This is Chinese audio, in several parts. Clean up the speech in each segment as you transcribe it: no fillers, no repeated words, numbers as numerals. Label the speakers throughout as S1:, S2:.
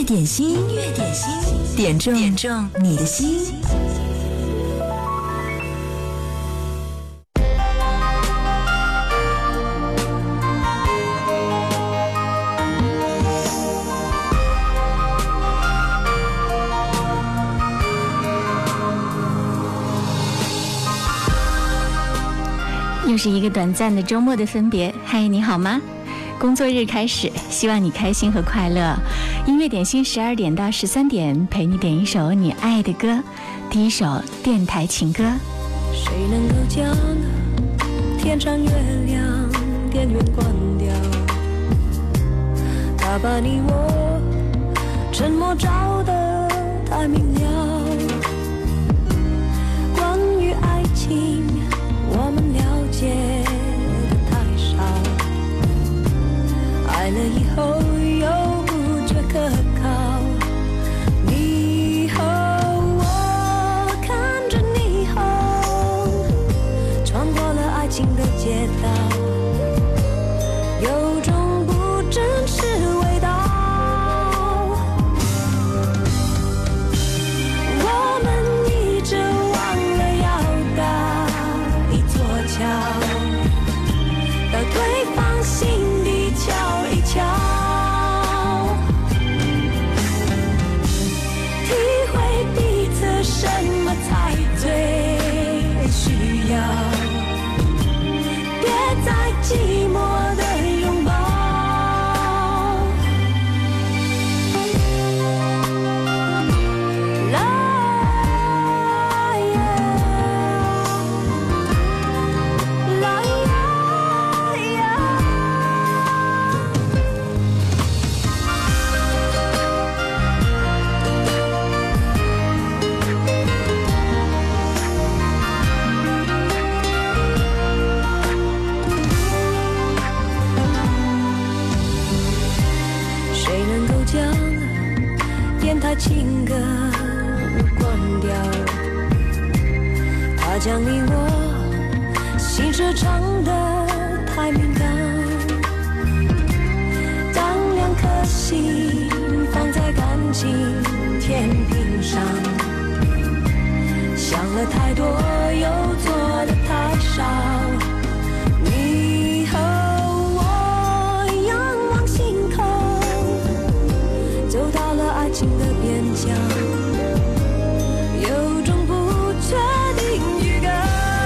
S1: 点心，点中你的心。
S2: 又是一个短暂的周末的分别。嗨，你好吗？工作日开始，希望你开心和快乐。音乐点心12点到13点，陪你点一首你爱的歌。第一首电台情歌。
S3: 谁能够将天上月亮电源关掉？他把你我沉默照得太明了。关于爱情，我们了解的太少，爱了以后又不觉可靠。你和我看着霓虹穿过了爱情的街道，有种不真实味道。我们一直忘了要搭一座桥，到对方心底瞧一瞧，体会彼此什么才最需要，别再寂寞的拥抱。电台情歌关掉，他将你我心事唱得太敏感。当两颗心放在感情天平上，想了太多又做得太少。你和我仰望星空，走到了爱情的边疆，有种不确定预感。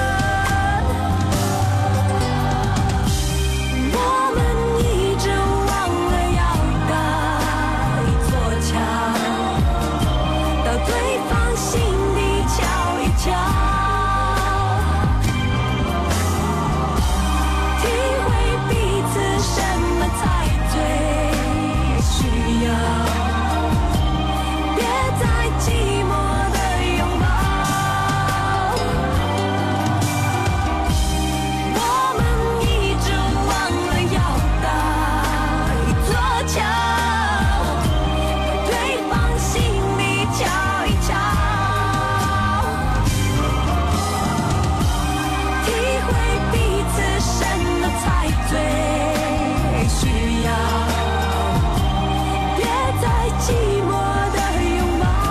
S3: 我们一直忘了要搭一座桥，到对方心底瞧一瞧，体会彼此什么才最需要，寂寞的拥抱。我们一直忘了要搭一座桥，对方心里瞧一瞧，体会彼此什么才最需要，别再寂寞的拥抱。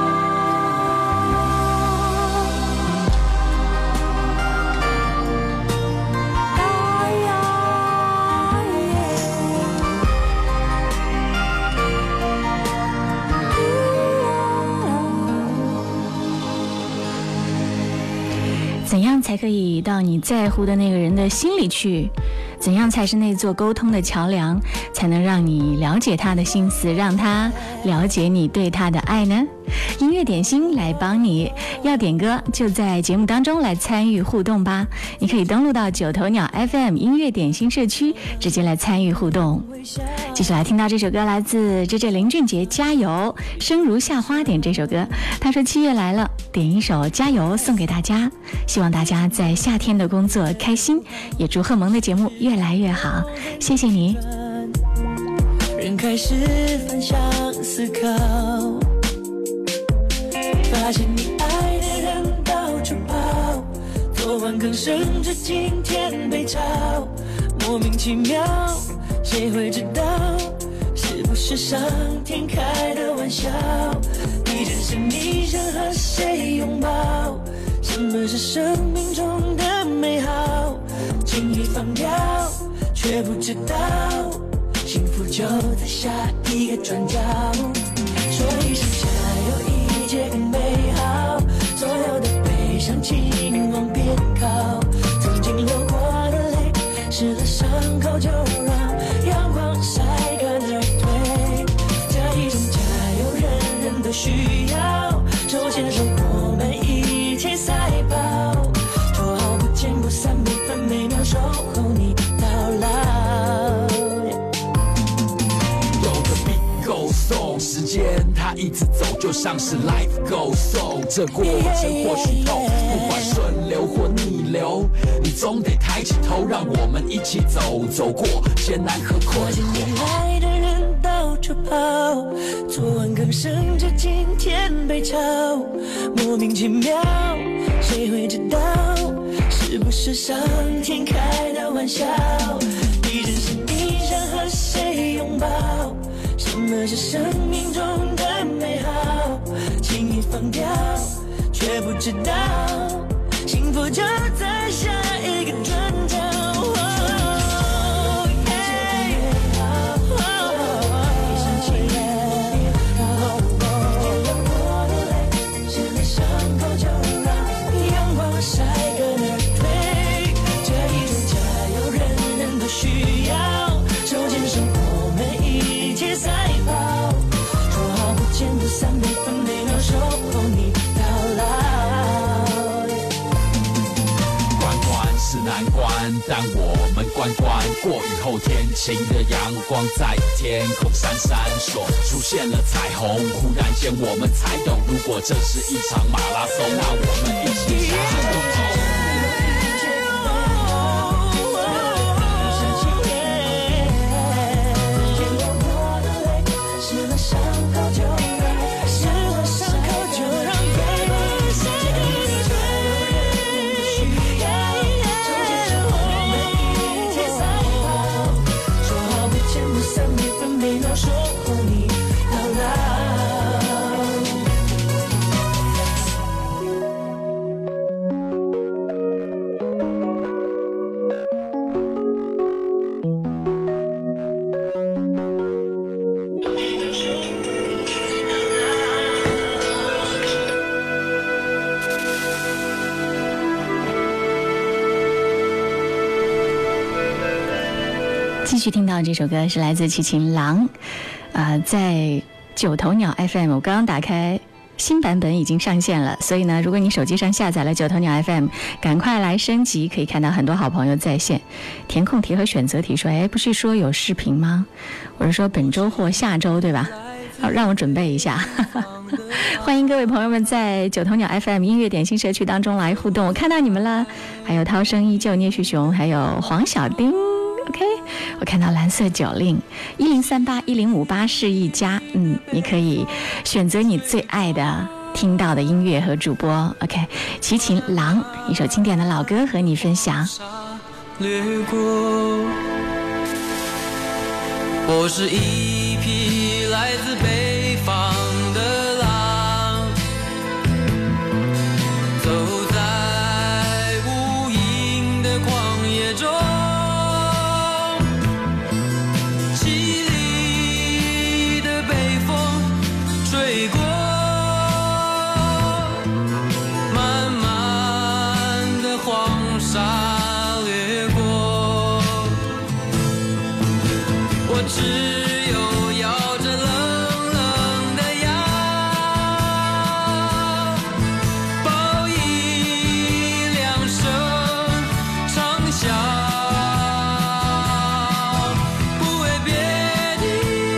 S2: 怎样才可以到你在乎的那个人的心里去？怎样才是那座沟通的桥梁，才能让你了解他的心思，让他了解你对他的爱呢？音乐点心来帮你，要点歌就在节目当中来参与互动吧。你可以登录到九头鸟 FM 音乐点心社区，直接来参与互动。继续来听到这首歌，来自JJ林俊杰，加油，生如夏花点这首歌。他说7月来了，点一首加油送给大家，希望大家在夏天的工作开心，也祝贺萌的节目越来越好，谢谢你。
S3: 人开始反向思考，发现你爱的人到处跑，昨晚更甚至今天被炒，莫名其妙，谁会知道是不是
S4: 是上天开的玩笑？地震时你想和谁拥抱？什么是生命中的美好？轻易放掉，却不知道幸福就在下一个转角。说一声加油，一切更美好，所有的悲伤请往边靠。曾经流过的泪，湿了伤口就让阳光晒干而退。这一种加油，人人都需要。手牵手，我们一起赛跑，说好不见不散，每分每秒守候你到老。
S5: 有个 beat goes on， 时间它一直走，就像是 life goes on。这过程或许痛，不管顺流或逆流，你总得抬起头，让我们一起走，走过艰难和困惑。
S4: 未来的人到处跑，昨晚刚升职，今天被炒，莫名其妙，谁会知道？是不是上天开的玩笑？地震时你想和谁拥抱？什么是生命中的美好？轻易放掉，却不知道幸福就在下一个转角。
S5: 但我们关过雨后，天晴的阳光在天空闪闪烁，出现了彩虹。忽然间我们才懂，如果这是一场马拉松，那我们一起向前走。
S2: 继续听到这首歌是来自齐秦郎，在九头鸟 FM， 我刚刚打开新版本已经上线了，所以呢，如果你手机上下载了九头鸟 FM， 赶快来升级，可以看到很多好朋友在线。填空题和选择题说，不是说有视频吗？我是说本周或下周，对吧？好，让我准备一下。欢迎各位朋友们在九头鸟 FM 音乐点心社区当中来互动，我看到你们了，还有涛声依旧、聂旭雄，还有黄小丁。OK， 我看到蓝色九令10381058是一家，你可以选择你最爱的听到的音乐和主播。OK， 齐秦郎一首经典的老歌和你分享。
S6: 掠过，我是一匹来自北方的狼，走在无垠的旷野中。只有咬着冷冷的牙，报以两声长啸，不为别的，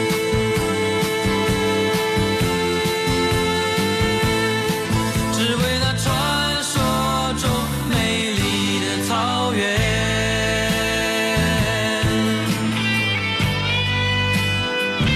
S6: 只为那传说中美丽的草原。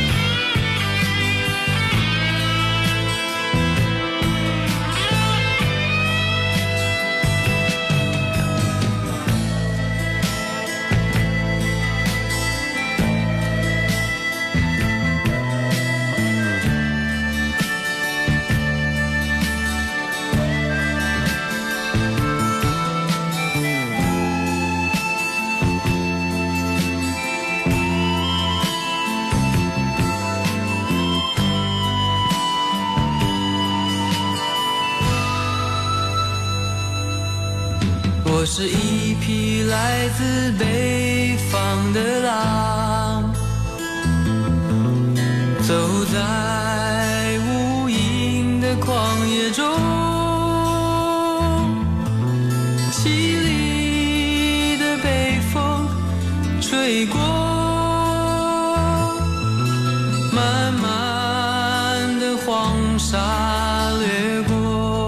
S6: 是一匹来自北方的狼，走在无垠的旷野中，凄厉的北风吹过，漫漫的黄沙掠过。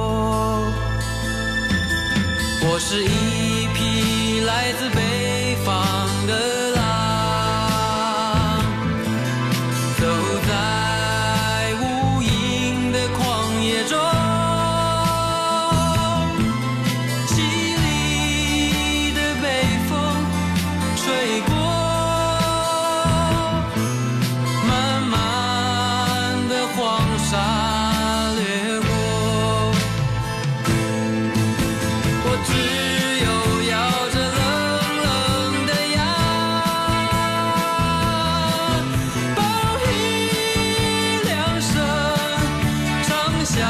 S6: 我是一匹来自北方的狼，走在无垠的旷野中，凄厉的北风吹过，漫漫的黄沙掠过。我只有咬着冷冷的牙，报以两声长啸，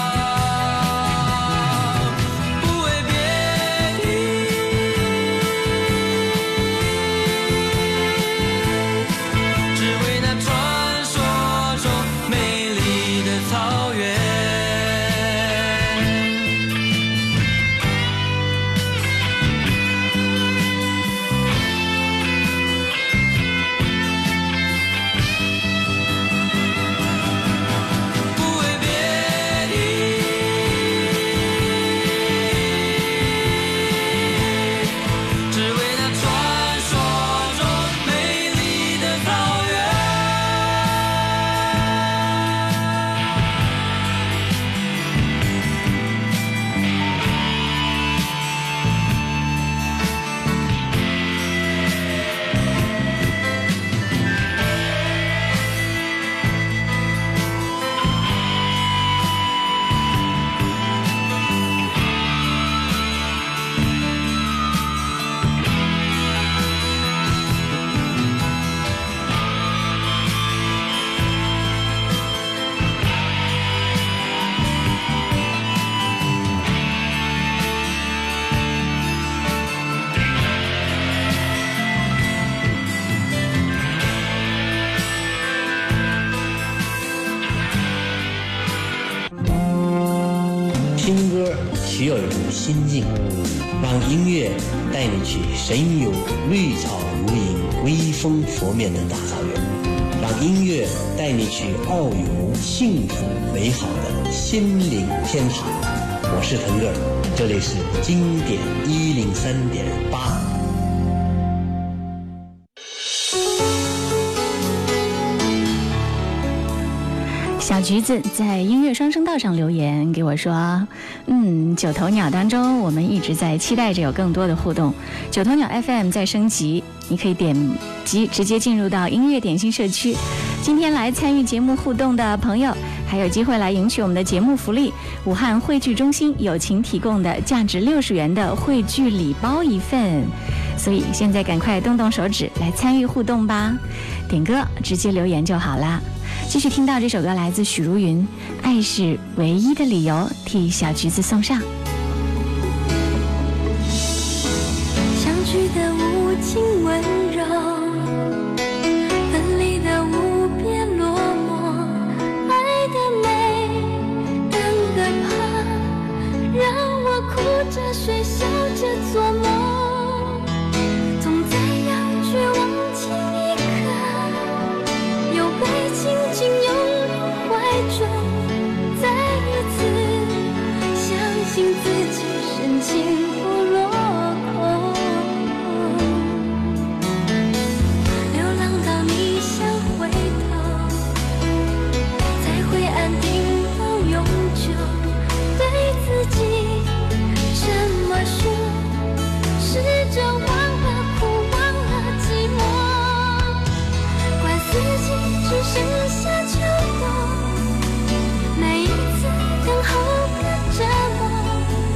S6: 不为别的，只为那传说中美丽的草原。不为别的，只为那传说中美丽的草原。
S7: 听歌需要一种心境，让音乐带你去神游绿草如茵、微风拂面的大草原，让音乐带你去遨游幸福美好的心灵天堂。我是腾格尔，这里是经典103.8。
S2: 小橘子在音乐双声道上留言给我说，九头鸟当中我们一直在期待着有更多的互动。九头鸟 FM 在升级，你可以点击直接进入到音乐点心社区。今天来参与节目互动的朋友还有机会来赢取我们的节目福利，武汉汇聚中心友情提供的价值60元的汇聚礼包一份。所以现在赶快动动手指来参与互动吧，点歌直接留言就好啦。继续听到这首歌来自许茹芸，《爱是唯一的理由》，替小橘子送上。
S3: 相聚的无情温柔，分离的无边落寞，爱的美，等的怕，让我哭着睡，笑着做梦，总在要绝望前一刻，又被紧紧拥入怀中，再一次相信自己深情不落空，流浪到你想回头，才会安定到永久，对自己这么说，试着忘了苦，忘了寂寞，管四季只剩下秋冬，每一次等候的折磨，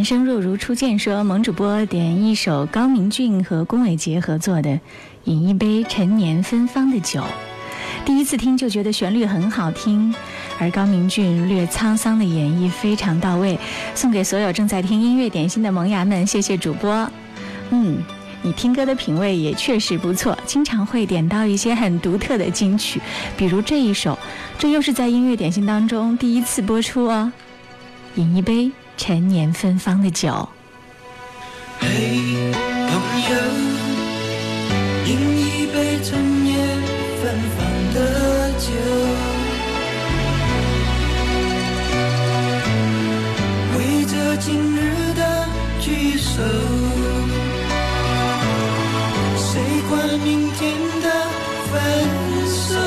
S2: 生若如初见说，萌主播点一首高明骏和龚伟杰合作的《饮一杯陈年芬芳的酒》，第一次听就觉得旋律很好听，而高明骏略沧桑的演绎非常到位，送给所有正在听音乐点心的萌芽们，谢谢主播。你听歌的品味也确实不错，经常会点到一些很独特的金曲，比如这一首，这又是在音乐点心当中第一次播出哦。饮一杯陈年芬芳的酒。
S4: 嘿，朋友，饮一杯陈年芬芳的酒，为这今日的聚首，谁管明天的分手？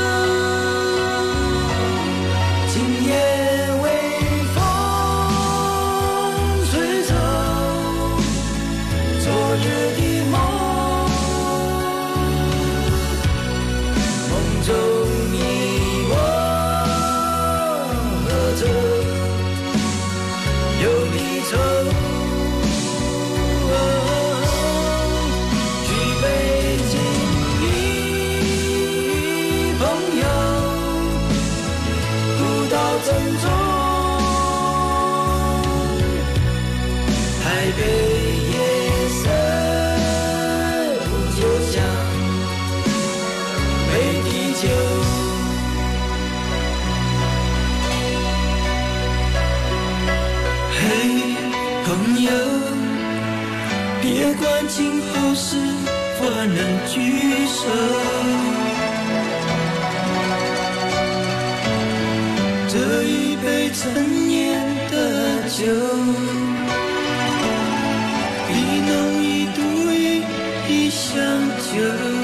S4: 今夜微风吹走昨日的梦，梦中你我喝着有离愁。珍重，台北夜色就像杯底酒。嘿，朋友，别管今后是否能聚首，这一杯陈年的酒，比浓一度一香酒。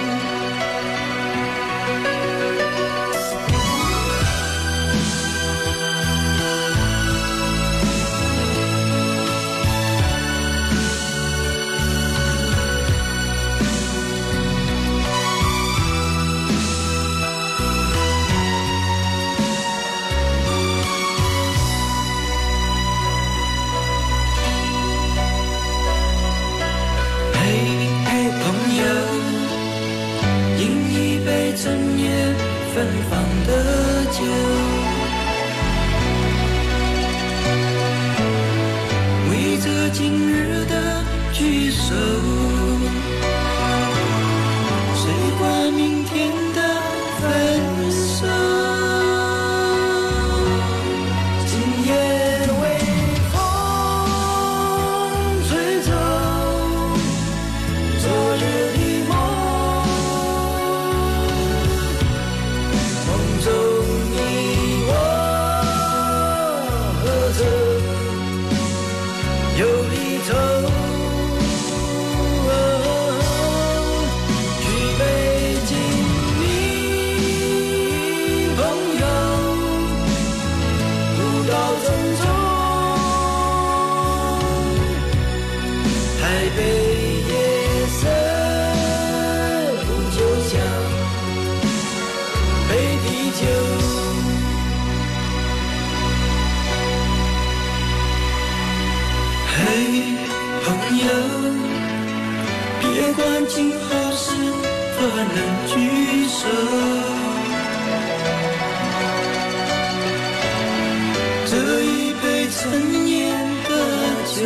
S4: 陈年芬芳的酒，为这今日的聚首，谁管明天的分手？今夜微风吹走昨日的梦，梦中你我喝着有离愁，举杯敬你朋友，不到珍重，台北夜色就像杯底酒。嘿，朋友，别管今后是否能聚首，这一杯陈年的酒，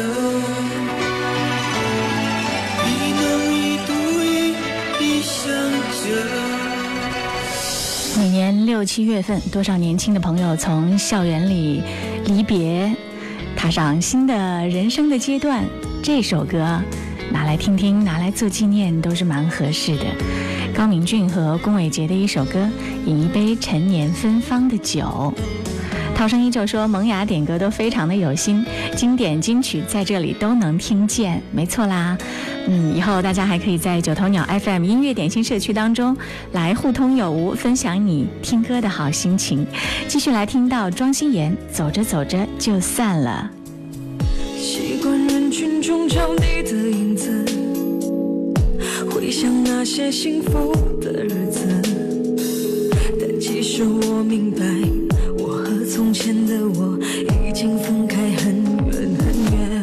S4: 比浓一度一香酒。
S2: 每年6、7月份，多少年轻的朋友从校园里离别，踏上新的人生的阶段，这首歌拿来听听，拿来做纪念，都是蛮合适的。高明骏和龚伟杰的一首歌《饮一杯陈年芬芳的酒》。涛声依旧说，萌芽点歌都非常的有心，经典金曲在这里都能听见，没错啦。以后大家还可以在九头鸟 FM 音乐点心社区当中来互通有无，分享你听歌的好心情。继续来听到庄心妍，走着走着就散了。
S3: 习惯人群中找你的影子，回想那些幸福的日子，但其实我明白，我和从前的我已经分开很远很远。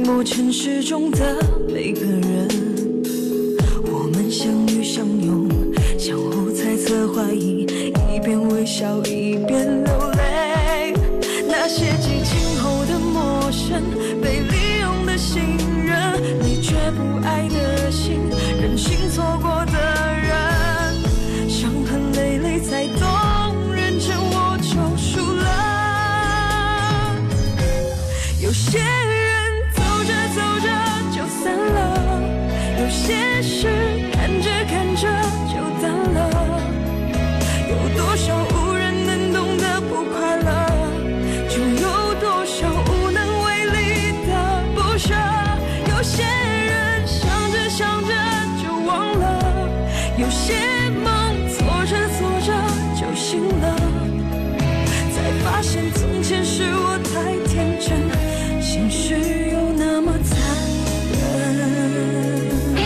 S3: 寞城市中的每个人，我们相遇相拥，相互猜测怀疑，一边微笑一边流泪。那些激情后的陌生，被利用的信任，你却不爱的心，任性错过的人，伤痕累累才懂，认真我就输了。有些人走着走着就散了，有些事看着看着就淡了，有多少无人能懂的不快乐，就有多少无能为力的不舍。有些人想着想着就忘了，有些梦做着做着就醒了，才发现从前是我太天真，现实又那么残忍。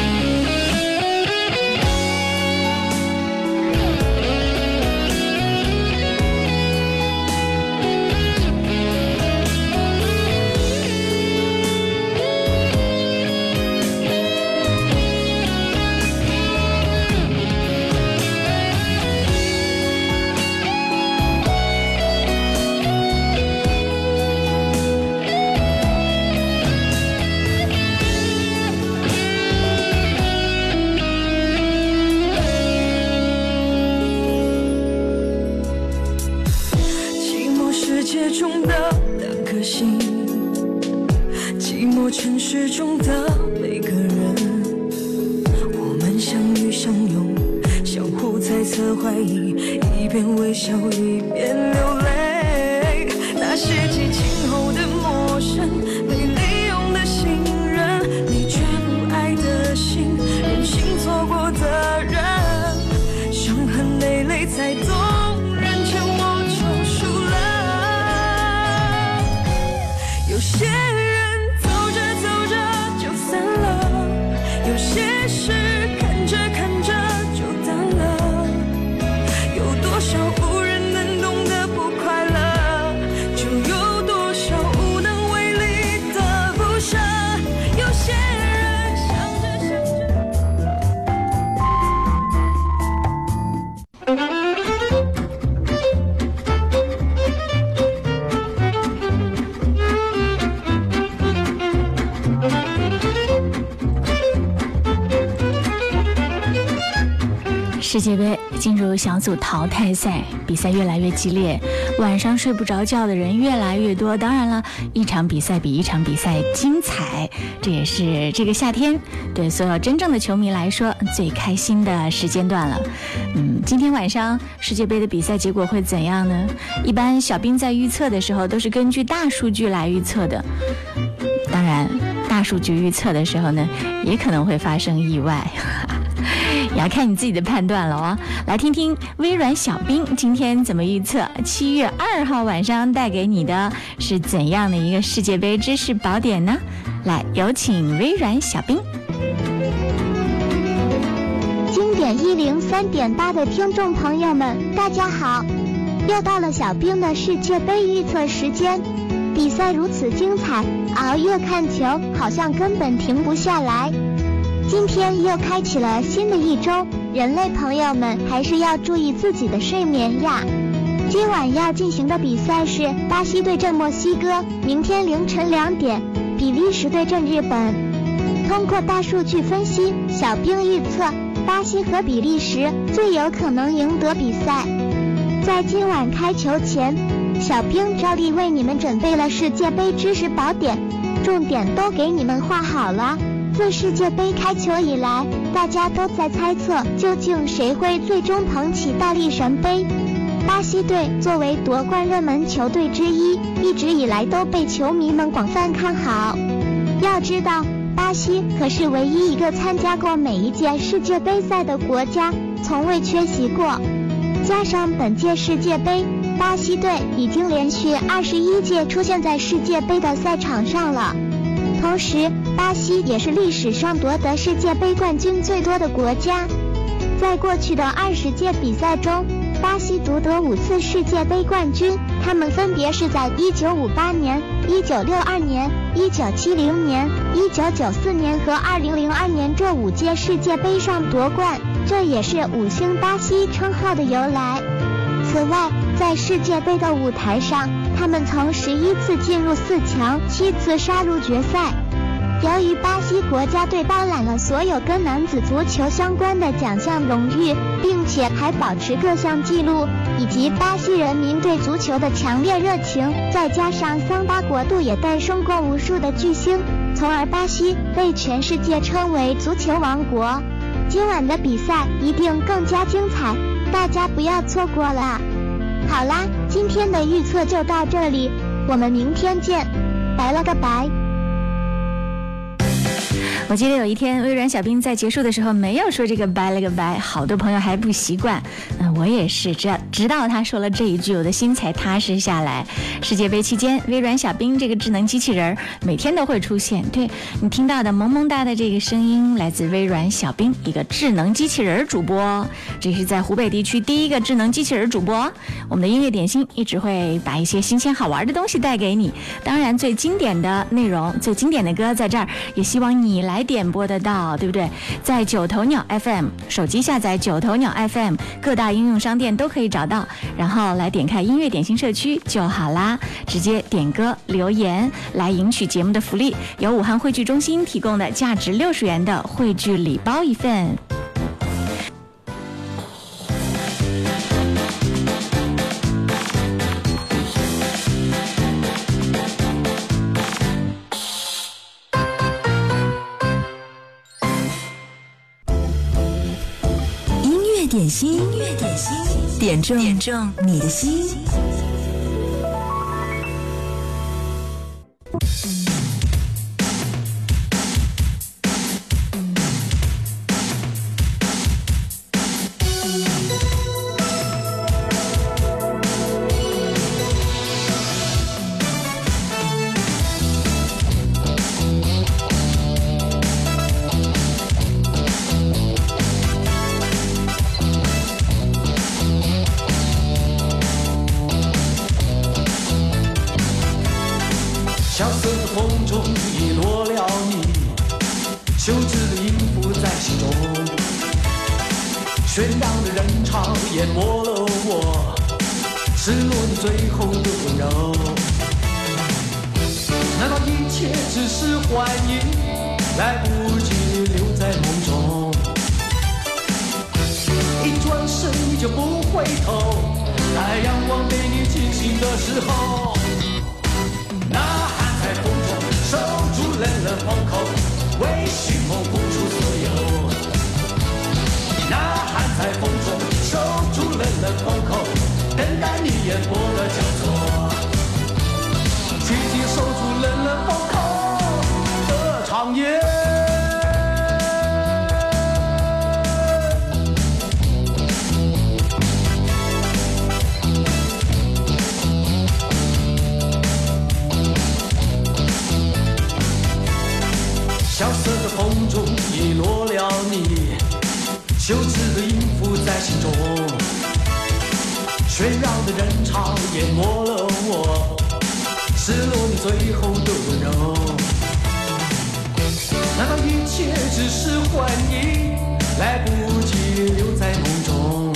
S3: 中的两颗心，寂寞城市中的每个人，我们相遇相拥，相互猜测怀疑，一边微笑一边流泪。那些激情后的陌生，被利用的信任，你却不爱的心，任性错过的人，伤痕累累才懂，认真我就输了。有些人走着走着就散了，有些事看着看着就淡了，有多少无人能懂的不快乐，就有多少无能为力的不舍。有些人想着想着
S2: 世界杯进入小组淘汰赛，比赛越来越激烈，晚上睡不着觉的人越来越多。当然了，一场比赛比一场比赛精彩，这也是这个夏天对所有真正的球迷来说最开心的时间段了。今天晚上世界杯的比赛结果会怎样呢？一般小兵在预测的时候都是根据大数据来预测的，当然大数据预测的时候呢，也可能会发生意外。也要看你自己的判断了哦。来听听微软小兵今天怎么预测7月2号晚上带给你的是怎样的一个世界杯知识宝典呢？来，有请微软小兵。
S8: 经典103.8的听众朋友们，大家好，又到了小兵的世界杯预测时间。比赛如此精彩，熬夜看球好像根本停不下来。今天又开启了新的一周，人类朋友们还是要注意自己的睡眠呀。今晚要进行的比赛是巴西对阵墨西哥，明天凌晨2点，比利时对阵日本。通过大数据分析，小兵预测巴西和比利时最有可能赢得比赛。在今晚开球前，小兵照例为你们准备了世界杯知识宝典，重点都给你们画好了。自世界杯开球以来，大家都在猜测究竟谁会最终捧起大力神杯。巴西队作为夺冠热门球队之一，一直以来都被球迷们广泛看好。要知道，巴西可是唯一一个参加过每一届世界杯赛的国家，从未缺席过。加上本届世界杯，巴西队已经连续21届出现在世界杯的赛场上了。同时，巴西也是历史上夺得世界杯冠军最多的国家。在过去的20届比赛中， 巴西独得5次世界杯冠军，他们分别是在1958年、1962年、1970年、1994年和2002年这5届世界杯上夺冠，这也是5星巴西称号的由来。此外，在世界杯的舞台上，他们曾11次进入4强，7次杀入决赛。由于巴西国家队包揽了所有跟男子足球相关的奖项荣誉，并且还保持各项纪录，以及巴西人民对足球的强烈热情，再加上桑巴国度也诞生过无数的巨星，从而巴西被全世界称为足球王国。今晚的比赛一定更加精彩，大家不要错过了。好啦，今天的预测就到这里，我们明天见，拜了个拜。
S2: 我记得有一天微软小冰在结束的时候没有说这个拜了个拜，好多朋友还不习惯。我也是直到他说了这一句，我的心才踏实下来。世界杯期间，微软小冰这个智能机器人每天都会出现。对，你听到的萌萌哒的这个声音来自微软小冰，一个智能机器人主播。这是在湖北地区第一个智能机器人主播。我们的音乐点心一直会把一些新鲜好玩的东西带给你，当然最经典的内容、最经典的歌在这儿，也希望你来点播得到，对不对？在九头鸟 FM 手机下载九头鸟 FM， 各大应用商店都可以找到，然后来点开音乐点心社区就好啦，直接点歌留言来赢取节目的福利，由武汉汇聚中心提供的价值60元的汇聚礼包一份。
S1: 点心，音乐点心，点中你的心。
S4: 萧瑟的风中遗落了你，休止的音符在心中，喧嚷的人潮淹没了我，失落你最后的温柔。难道一切只是幻影，来不及留在梦中？一转身你就不回头，在阳光被你惊醒的时候，呐喊在风中，守住冷冷风口，为寻梦付出所有。呐喊在风中，守住冷冷风口，等待你眼波的交错。紧紧守住冷冷风口的长夜。萧瑟的风中遗落了你，休止的音符在心中，喧嚷的人潮淹没了我，失落你最后的温柔。难道一切只是幻影，来不及留在梦中？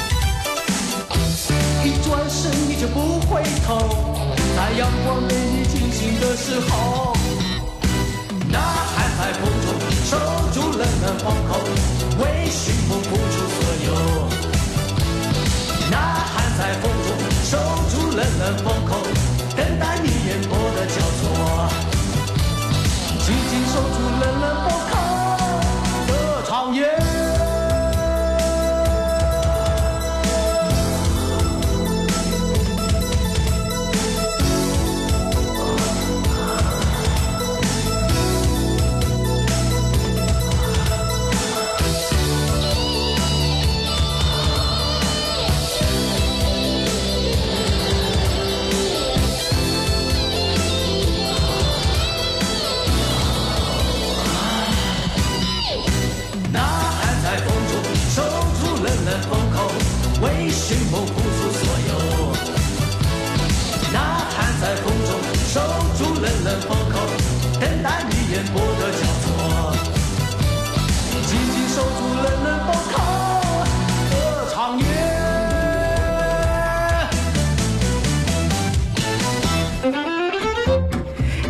S4: 一转身你就不回头，在阳光被你惊醒的时候，呐喊在风中，守住冷冷风口，为寻梦付出所有。呐喊在风中，守住冷冷风口，等待你眼波的交错。紧紧守住冷冷风口的长夜。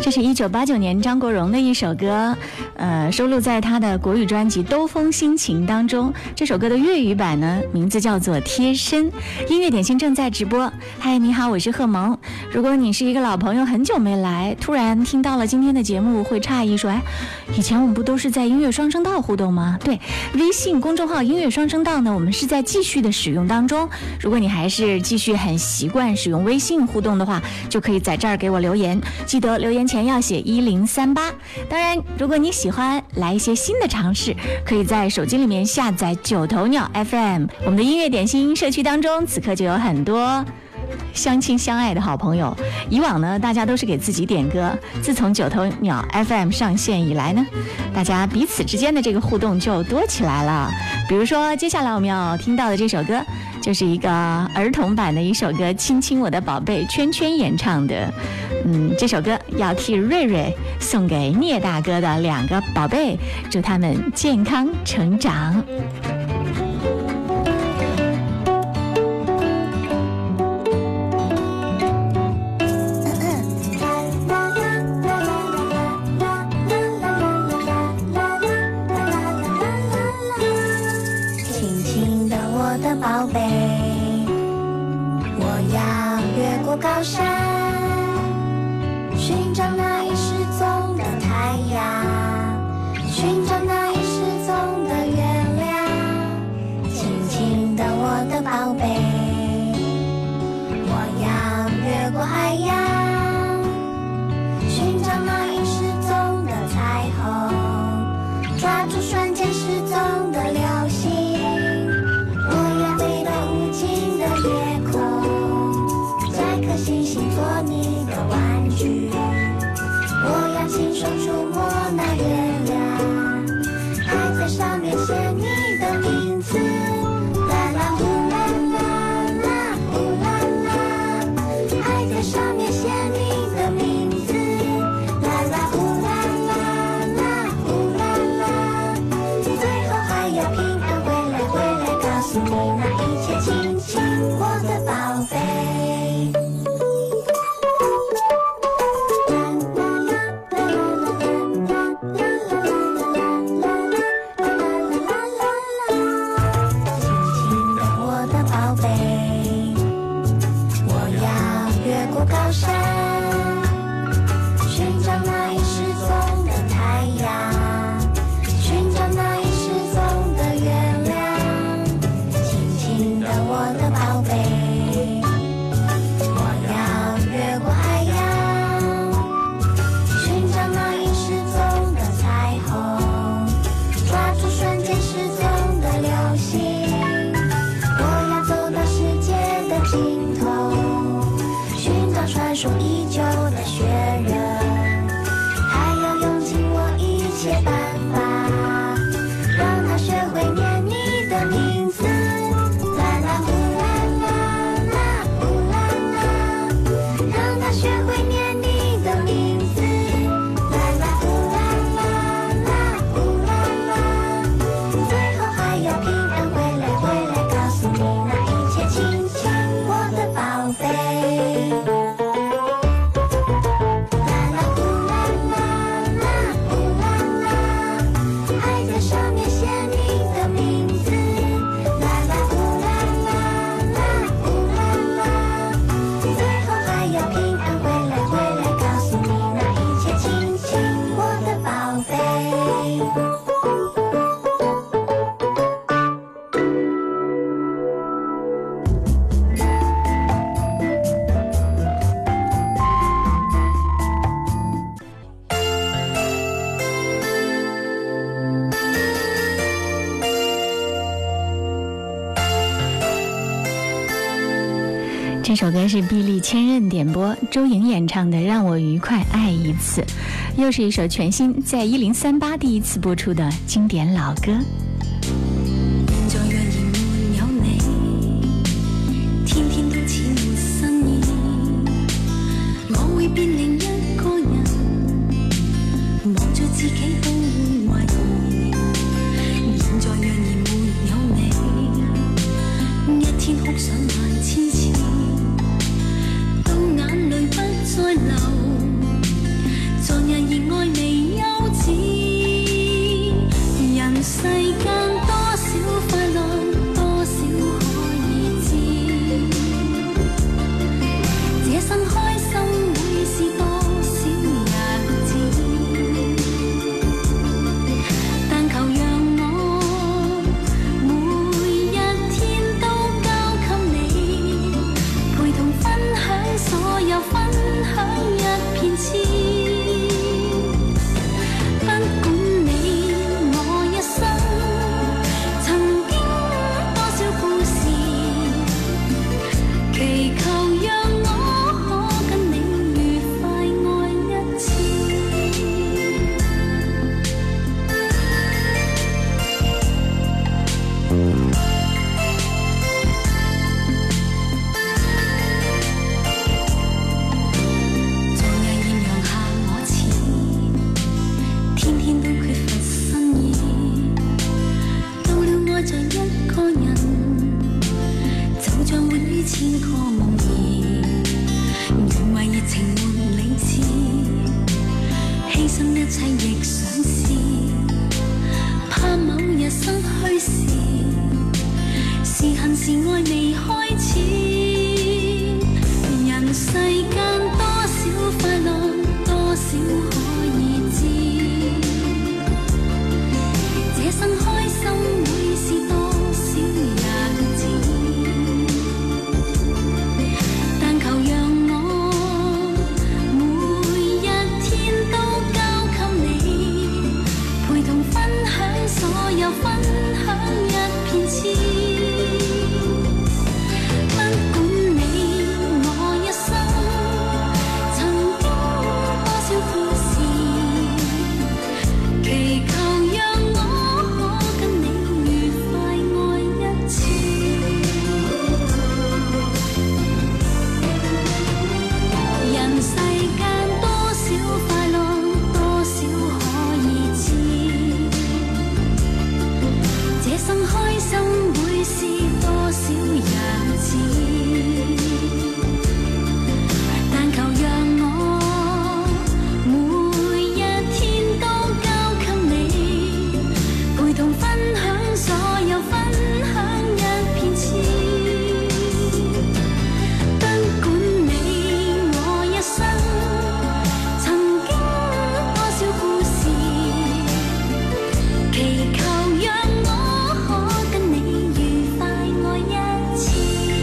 S2: 这是1989年张国荣的一首歌，收录在他的国语专辑《兜风心情》当中。这首歌的粤语版呢，名字叫做《贴身》。音乐点心正在直播。嗨，你好，我是贺萌。如果你是一个老朋友，很久没来，突然听到了今天的节目，会诧异说：“哎，以前我们不都是在音乐双声道互动吗？”对，微信公众号音乐双声道呢，我们是在继续的使用当中。如果你还是继续很习惯使用微信互动的话，就可以在这儿给我留言，记得留言前要写1038。当然，如果你喜欢来一些新的尝试，可以在手机里面下载9头鸟 FM。我们的音乐点心社区当中，此刻就有很多相亲相爱的好朋友。以往呢，大家都是给自己点歌，自从9头鸟 FM 上线以来呢，大家彼此之间的这个互动就多起来了。比如说接下来我们要听到的这首歌，就是一个儿童版的一首歌，亲亲我的宝贝，圈圈演唱的。这首歌要替瑞瑞送给聂大哥的2个宝贝，祝他们健康成长。
S3: 轻轻的我的宝贝，我要越过高山，寻找那已失踪的太阳，寻找那已失踪的月亮。轻轻的我的宝贝，我要越过海洋，寻找那已失踪的彩虹，抓住瞬间失踪的流星。我要飞到无尽的夜空，摘颗星星做你的玩具。我要亲手触摸那月亮，还在上面写你的名字。啦啦呼啦啦啦呼啦啦，还在上面写你的名字。啦啦呼啦啦啦呼啦啦，最后还要平安回来告诉你那一切，亲亲我的宝贝。
S2: 这首歌是碧丽千仞点播，周莹演唱的《让我愉快爱一次》，又是一首全新在1038第一次播出的经典老歌。
S3: 現在若然沒有你，天天都似沒新意，我會變另一個人，望着自己都懷疑。現在若然沒有你，一天哭上萬千次，到眼淚不再流， 心一切亦想試，怕某日失去時，是恨是愛未開始。人世間多少快樂，多少可以知，這生開心會是多少日子，但求讓我每一天都交給你，陪同分享所有，分享一片痴。不管你我一生曾經多少故事，祈求讓我可跟你愉快愛一次。人世間多少快樂，多少可以知，這生開心會是多少日子，但求讓我每一天都交給你，陪同分享所有，分享一片痴。不管你我一生曾經多少故事，祈求讓我可跟你愉快愛一次。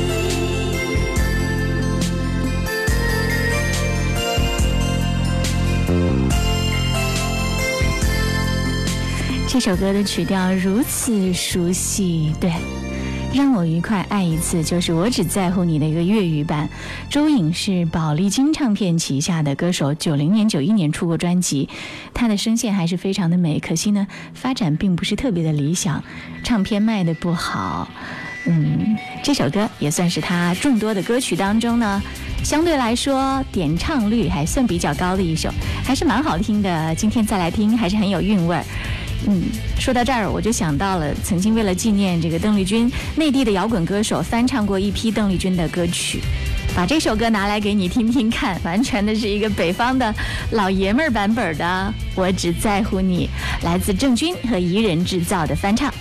S2: 这首歌的曲调如此熟悉，对，让我愉快爱一次，就是我只在乎你的一个粤语版。周颖是宝丽金唱片旗下的歌手，90年、91年出过专辑，她的声线还是非常的美，可惜呢，发展并不是特别的理想，唱片卖的不好。这首歌也算是她众多的歌曲当中呢，相对来说点唱率还算比较高的一首，还是蛮好听的。今天再来听，还是很有韵味儿。说到这儿，我就想到了曾经为了纪念这个邓丽君，内地的摇滚歌手翻唱过一批邓丽君的歌曲，把这首歌拿来给你听听看，完全的是一个北方的老爷们儿版本的《我只在乎你》，来自郑钧和怡人制造的翻唱。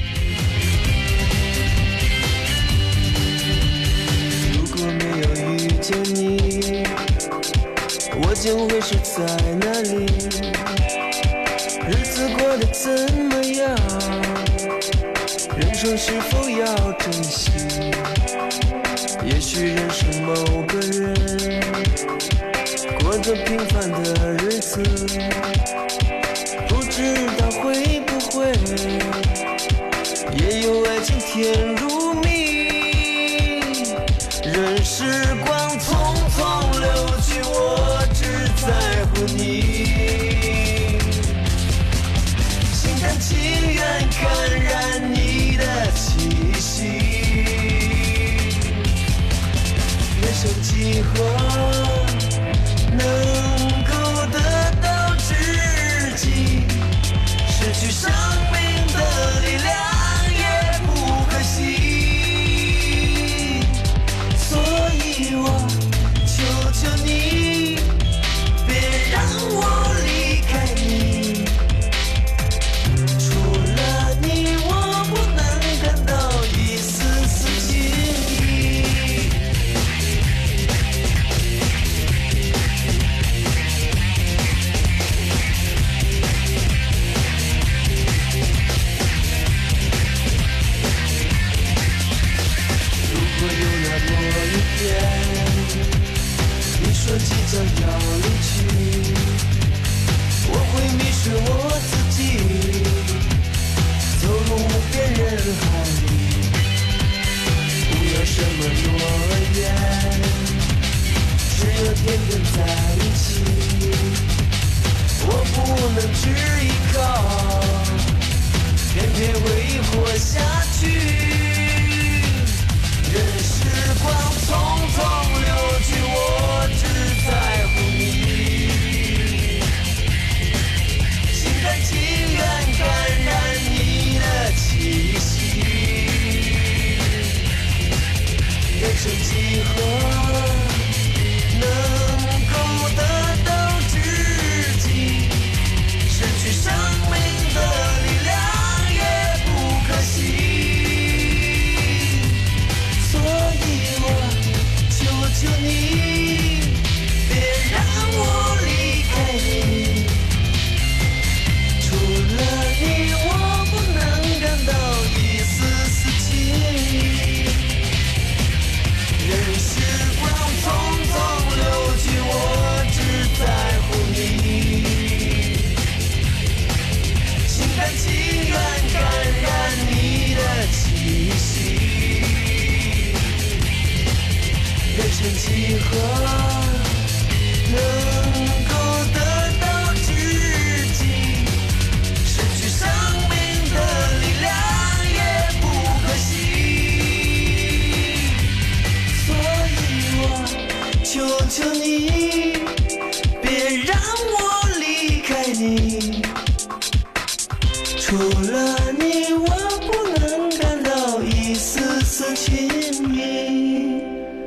S9: 如果没有遇见你，我将会是在哪里？日子过得怎么样？人生是否要珍惜？也许认识某个人，过着平凡的日子，不知道会不会也有爱情甜如蜜。任时光匆匆流去，我只在乎你，情愿感染你的气息，人生几何能够得到知除了你，我不能感到一丝丝情意。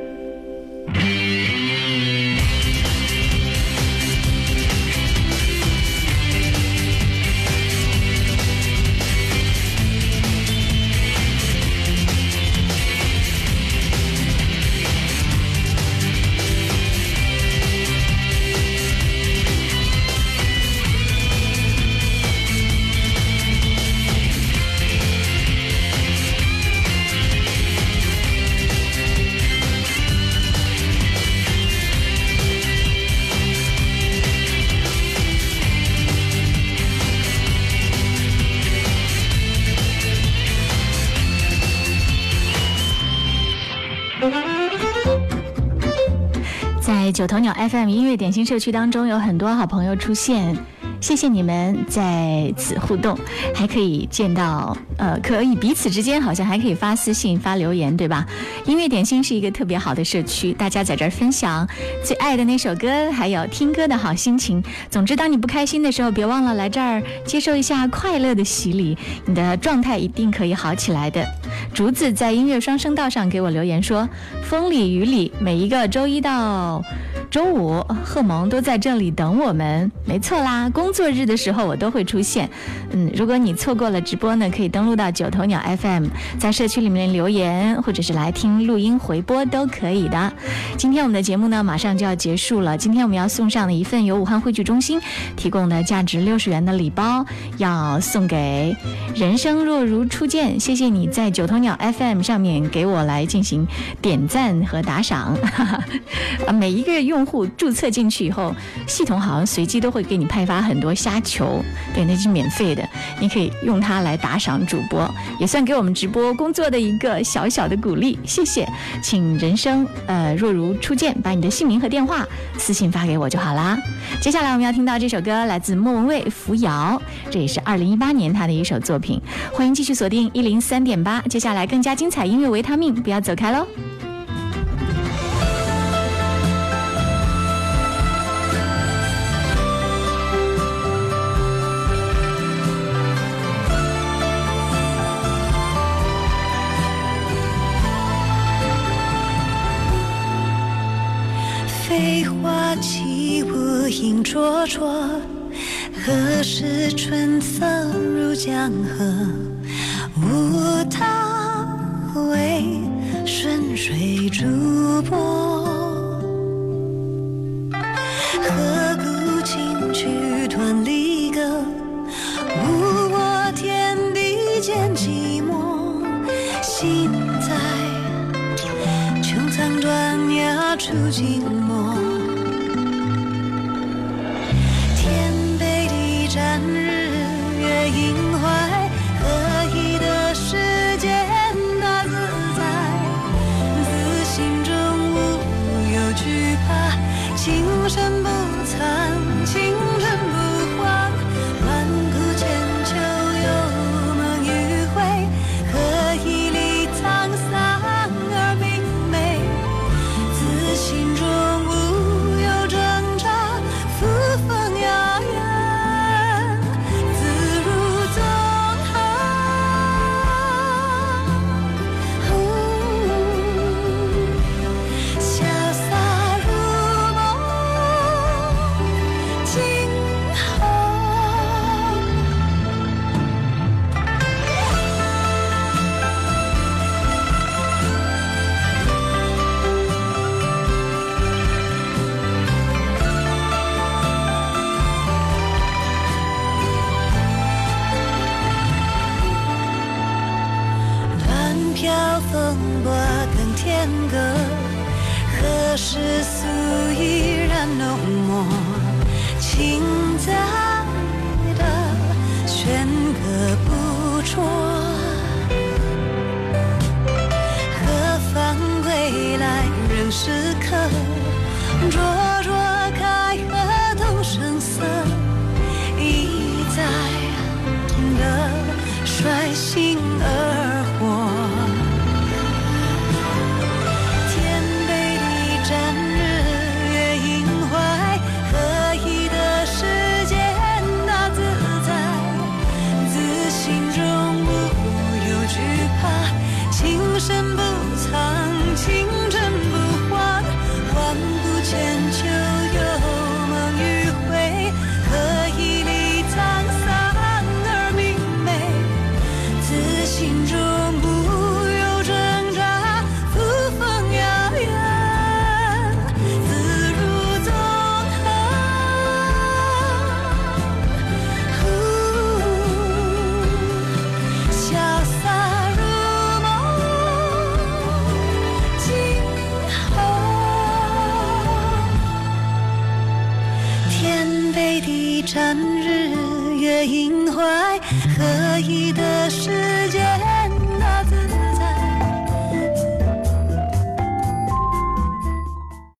S2: 在九头鸟 FM 音乐点心社区当中，有很多好朋友出现，谢谢你们在此互动，还可以见到可以彼此之间好像还可以发私信发留言，对吧？音乐点心是一个特别好的社区，大家在这儿分享最爱的那首歌，还有听歌的好心情。总之当你不开心的时候，别忘了来这儿接受一下快乐的洗礼，你的状态一定可以好起来的。竹子在音乐双声道上给我留言说，风里雨里每一个周一到周五贺蒙都在这里等我们。没错啦，工作日的时候我都会出现。如果你错过了直播呢，可以登录到九头鸟 FM， 在社区里面留言，或者是来听录音回播都可以的。今天我们的节目呢马上就要结束了，今天我们要送上的一份由武汉汇聚中心提供的价值60元的礼包，要送给人生若如初见。谢谢你在九头鸟 FM 上面给我来进行点赞和打赏。每一个用户注册进去以后，系统好像随机都会给你派发很多虾球，对，那是免费的，你可以用它来打赏主播，也算给我们直播工作的一个小小的鼓励，谢谢。请人生若如初见，把你的姓名和电话私信发给我就好啦。接下来我们要听到这首歌来自莫文蔚《扶摇》，这也是2018年他的一首作品。欢迎继续锁定103.8，接下来更加精彩音乐维他命，不要走开喽。
S3: 飞花起舞影灼灼，何时春色入江河？无他为顺水逐波，何故轻曲断离歌？无我天地间寂寞，心在穹苍断崖处静默。天北地战日月阴怀，何以的世间大自在？自心中无有惧怕，情深不残，情深不荒。万古千秋有梦与悔，何以离沧桑而明媚？自心中无有挣扎，扶风遥远，自如纵横。潇洒如梦，今后。乱飘风波更天歌，何时素已然浓墨？情在的弦歌不辍，何方归来仍是客？灼灼开合同声色，一再的率性而活。天北地战日月阴怀，何以的世间北的战日月阴怀，合一的世